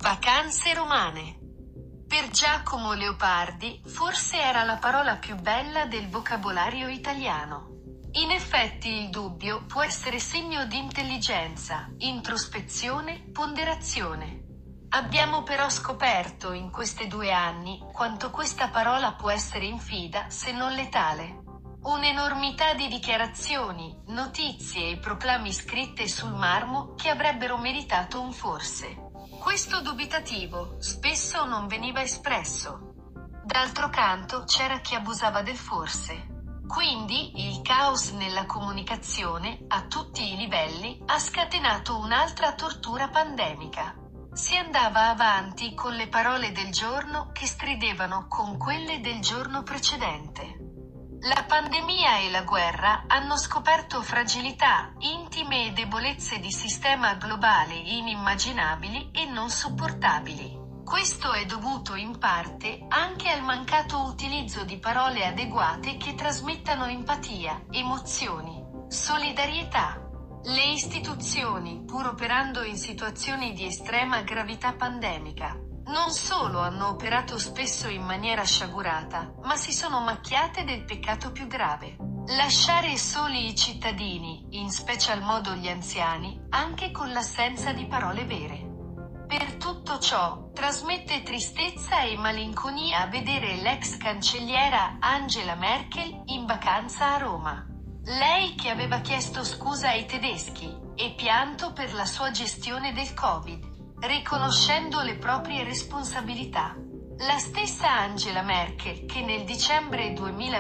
Vacanze romane. Per Giacomo Leopardi, forse era la parola più bella del vocabolario italiano. In effetti il dubbio può essere segno di intelligenza, introspezione, ponderazione. Abbiamo però scoperto in questi 2 anni quanto questa parola può essere infida, se non letale. Un'enormità di dichiarazioni, notizie e proclami scritte sul marmo che avrebbero meritato un forse. Questo dubitativo spesso non veniva espresso. D'altro canto c'era chi abusava del forse. Quindi il caos nella comunicazione, a tutti i livelli, ha scatenato un'altra tortura pandemica. Si andava avanti con le parole del giorno che stridevano con quelle del giorno precedente. La pandemia e la guerra hanno scoperto fragilità, intime e debolezze di sistema globale inimmaginabili e non sopportabili. Questo è dovuto in parte anche al mancato utilizzo di parole adeguate che trasmettano empatia, emozioni, solidarietà. Le istituzioni, pur operando in situazioni di estrema gravità pandemica, non solo hanno operato spesso in maniera sciagurata, ma si sono macchiate del peccato più grave: lasciare soli i cittadini, in special modo gli anziani, anche con l'assenza di parole vere. Per tutto ciò, trasmette tristezza e malinconia vedere l'ex cancelliera Angela Merkel in vacanza a Roma. Lei che aveva chiesto scusa ai tedeschi e pianto per la sua gestione del Covid, riconoscendo le proprie responsabilità. La stessa Angela Merkel che nel dicembre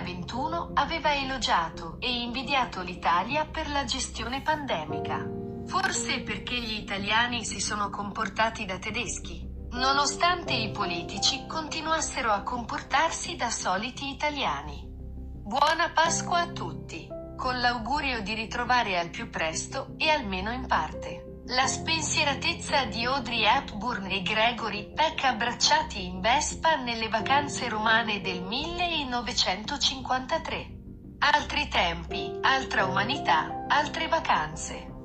2021 aveva elogiato e invidiato l'Italia per la gestione pandemica. Forse perché gli italiani si sono comportati da tedeschi, nonostante i politici continuassero a comportarsi da soliti italiani. Buona Pasqua a tutti, con l'augurio di ritrovare al più presto, e almeno in parte, la spensieratezza di Audrey Hepburn e Gregory Peck abbracciati in Vespa nelle vacanze romane del 1953. Altri tempi, altra umanità, altre vacanze.